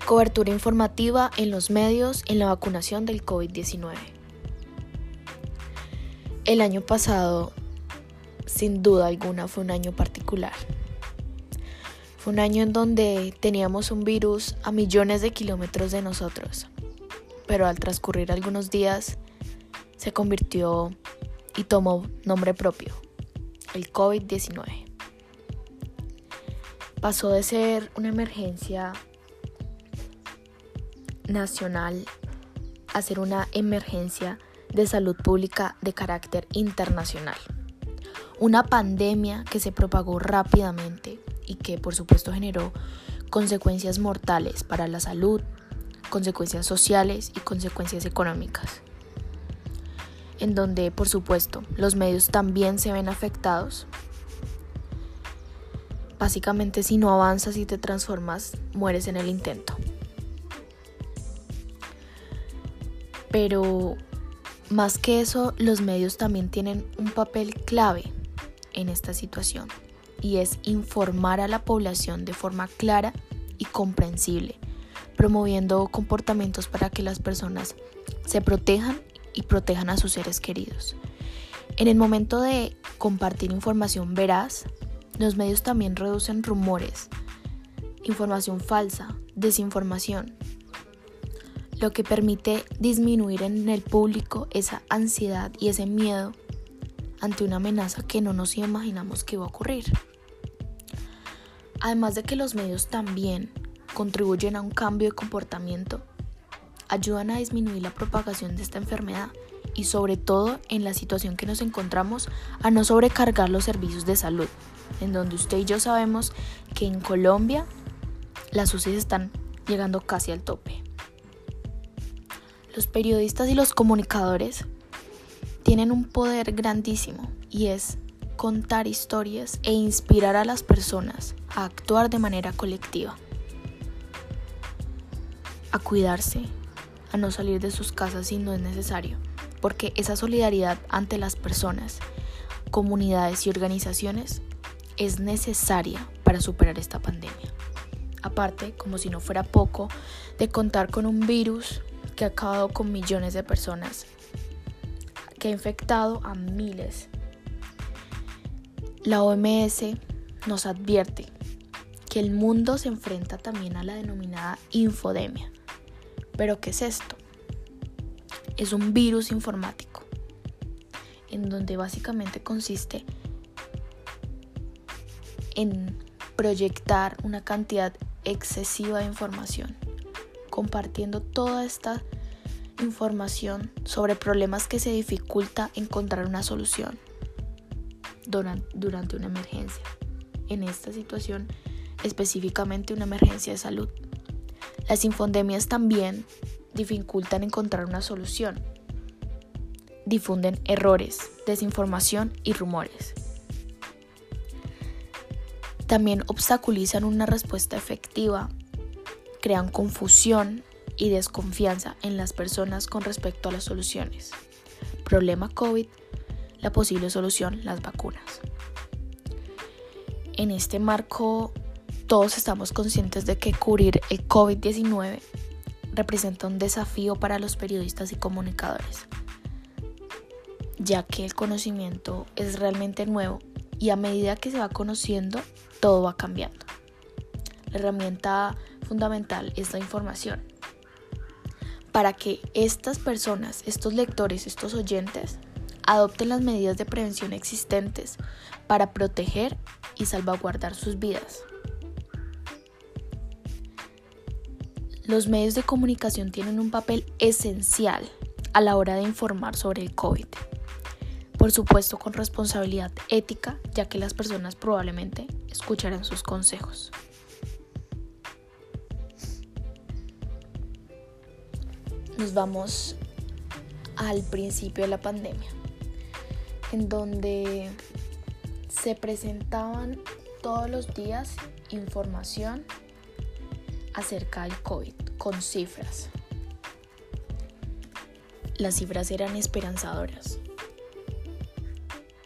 Cobertura informativa en los medios en la vacunación del COVID-19. El año pasado, sin duda alguna, fue un año particular. Fue un año en donde teníamos un virus a millones de kilómetros de nosotros, pero al transcurrir algunos días se convirtió y tomó nombre propio, el COVID-19. Pasó de ser una emergencia nacional a ser una emergencia de salud pública de carácter internacional. Una pandemia que se propagó rápidamente y que por supuesto generó consecuencias mortales para la salud, consecuencias sociales y consecuencias económicas. En donde por supuesto los medios también se ven afectados. Básicamente, si no avanzas y te transformas, mueres en el intento. Pero más que eso, los medios también tienen un papel clave en esta situación, y es informar a la población de forma clara y comprensible, promoviendo comportamientos para que las personas se protejan y protejan a sus seres queridos. En el momento de compartir información veraz, los medios también reducen rumores, información falsa, desinformación, lo que permite disminuir en el público esa ansiedad y ese miedo ante una amenaza que no nos imaginamos que iba a ocurrir. Además de que los medios también contribuyen a un cambio de comportamiento, ayudan a disminuir la propagación de esta enfermedad y sobre todo en la situación que nos encontramos, a no sobrecargar los servicios de salud, en donde usted y yo sabemos que en Colombia las UCIs están llegando casi al tope. Los periodistas y los comunicadores tienen un poder grandísimo, y es contar historias e inspirar a las personas a actuar de manera colectiva, a cuidarse, a no salir de sus casas si no es necesario, porque esa solidaridad ante las personas, comunidades y organizaciones es necesaria para superar esta pandemia. Aparte, como si no fuera poco, de contar con un virus que ha acabado con millones de personas, que ha infectado a miles. La OMS nos advierte que el mundo se enfrenta también a la denominada infodemia. ¿Pero qué es esto? Es un virus informático, en donde básicamente consiste en proyectar una cantidad excesiva de información, compartiendo toda esta información sobre problemas que se dificulta encontrar una solución durante una emergencia. En esta situación, específicamente una emergencia de salud. Las infodemias también dificultan encontrar una solución. Difunden errores, desinformación y rumores. También obstaculizan una respuesta efectiva, crean confusión y desconfianza en las personas con respecto a las soluciones. Problema COVID, la posible solución, las vacunas. En este marco, todos estamos conscientes de que cubrir el COVID-19 representa un desafío para los periodistas y comunicadores, ya que el conocimiento es realmente nuevo y a medida que se va conociendo, todo va cambiando. La herramienta fundamental es la información. Para que estas personas, estos lectores, estos oyentes, adopten las medidas de prevención existentes para proteger y salvaguardar sus vidas. Los medios de comunicación tienen un papel esencial a la hora de informar sobre el COVID. Por supuesto, con responsabilidad ética, ya que las personas probablemente escucharán sus consejos. Nos vamos al principio de la pandemia, en donde se presentaban todos los días información acerca del COVID con cifras. Las cifras eran esperanzadoras.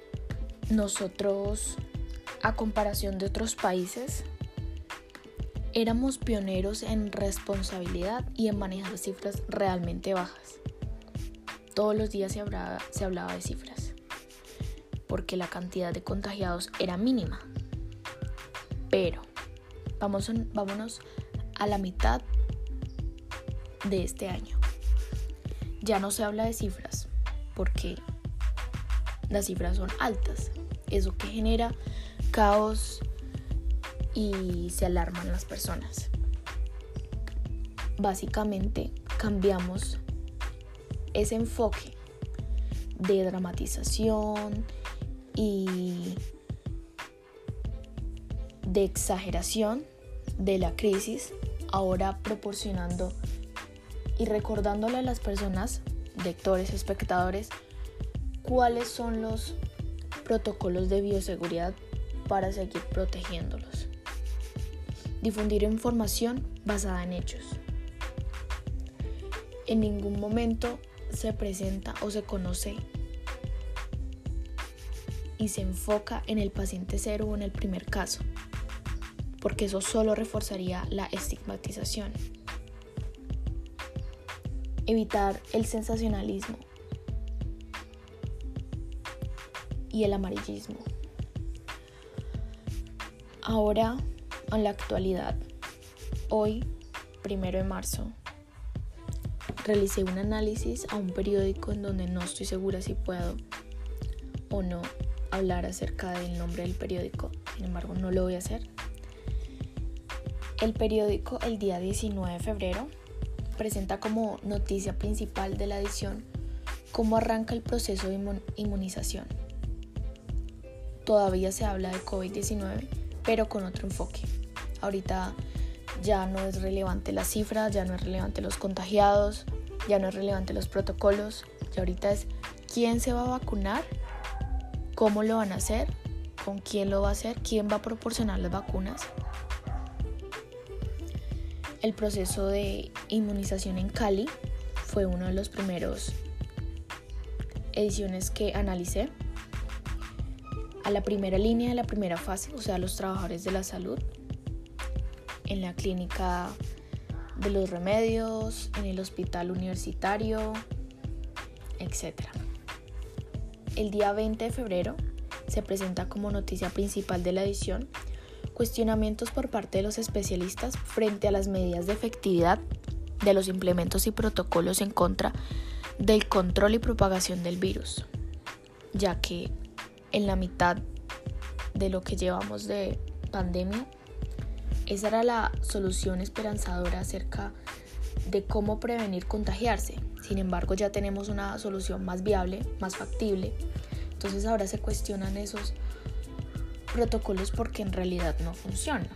Nosotros, a comparación de otros países, éramos pioneros en responsabilidad y en manejar cifras realmente bajas. Todos los días se hablaba de cifras, porque la cantidad de contagiados era mínima. Pero vámonos a la mitad de este año. Ya no se habla de cifras, porque las cifras son altas. Eso que genera caos y se alarman las personas. Básicamente cambiamos ese enfoque de dramatización y de exageración de la crisis, ahora proporcionando y recordándole a las personas, lectores, espectadores, cuáles son los protocolos de bioseguridad para seguir protegiéndolos. Difundir información basada en hechos. En ningún momento se presenta o se conoce y se enfoca en el paciente cero o en el primer caso, porque eso solo reforzaría la estigmatización. Evitar el sensacionalismo y el amarillismo. Ahora, en la actualidad, hoy, 1 de marzo, realicé un análisis a un periódico en donde no estoy segura si puedo o no hablar acerca del nombre del periódico. Sin embargo, no lo voy a hacer. El periódico, el día 19 de febrero, presenta como noticia principal de la edición cómo arranca el proceso de inmunización. Todavía se habla de COVID-19, pero con otro enfoque. Ahorita ya no es relevante la cifra, ya no es relevante los contagiados, ya no es relevante los protocolos, ya ahorita es quién se va a vacunar, cómo lo van a hacer, con quién lo va a hacer, quién va a proporcionar las vacunas. El proceso de inmunización en Cali fue uno de los primeros ediciones que analicé. A la primera línea de la primera fase, o sea, los trabajadores de la salud, en la clínica de los remedios, en el hospital universitario, etc. El día 20 de febrero se presenta como noticia principal de la edición cuestionamientos por parte de los especialistas frente a las medidas de efectividad de los implementos y protocolos en contra del control y propagación del virus, ya que en la mitad de lo que llevamos de pandemia, esa era la solución esperanzadora acerca de cómo prevenir contagiarse. Sin embargo, ya tenemos una solución más viable, más factible. Entonces ahora se cuestionan esos protocolos porque en realidad no funcionan.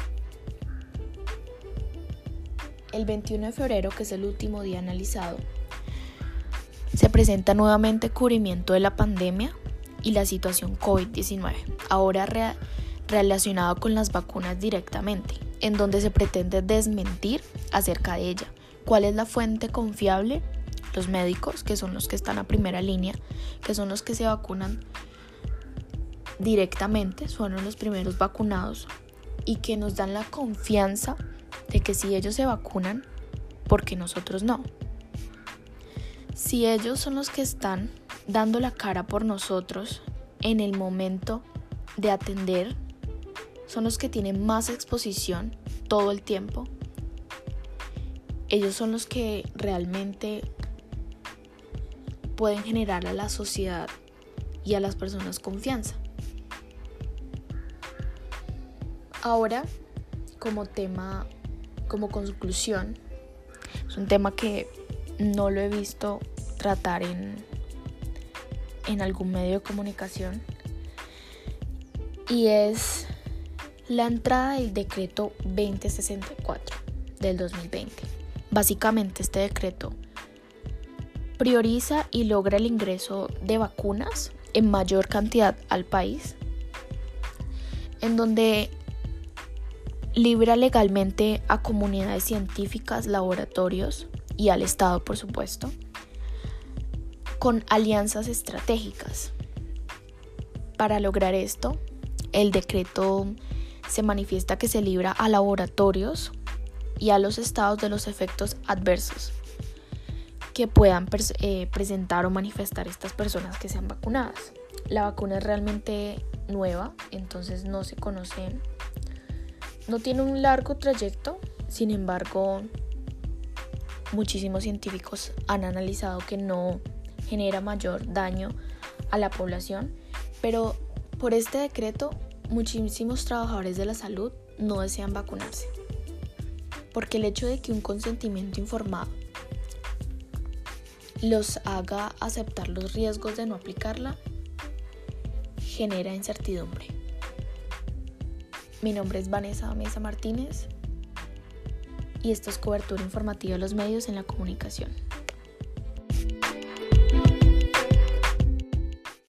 El 21 de febrero, que es el último día analizado, se presenta nuevamente cubrimiento de la pandemia y la situación COVID-19, ahora relacionado con las vacunas directamente, en donde se pretende desmentir acerca de ella. ¿Cuál es la fuente confiable? Los médicos, que son los que están a primera línea, que son los que se vacunan directamente, fueron los primeros vacunados y que nos dan la confianza de que si ellos se vacunan, ¿por qué nosotros no? Si ellos son los que están dando la cara por nosotros en el momento de atender, son los que tienen más exposición todo el tiempo, ellos son los que realmente pueden generar a la sociedad y a las personas confianza. Ahora, como conclusión, es un tema que no lo he visto tratar en algún medio de comunicación, y es la entrada del decreto 2064 del 2020. Básicamente este decreto prioriza y logra el ingreso de vacunas en mayor cantidad al país, en donde libra legalmente a comunidades científicas, laboratorios y al Estado, por supuesto, con alianzas estratégicas. Para lograr esto, el decreto se manifiesta que se libra a laboratorios y a los estados de los efectos adversos que puedan presentar o manifestar estas personas que sean vacunadas. La vacuna es realmente nueva, entonces no se conoce, no tiene un largo trayecto, sin embargo, muchísimos científicos han analizado que no genera mayor daño a la población, pero por este decreto muchísimos trabajadores de la salud no desean vacunarse, porque el hecho de que un consentimiento informado los haga aceptar los riesgos de no aplicarla genera incertidumbre. Mi nombre es Vanessa Mesa Martínez y esto es Cobertura Informativa de los Medios en la Comunicación.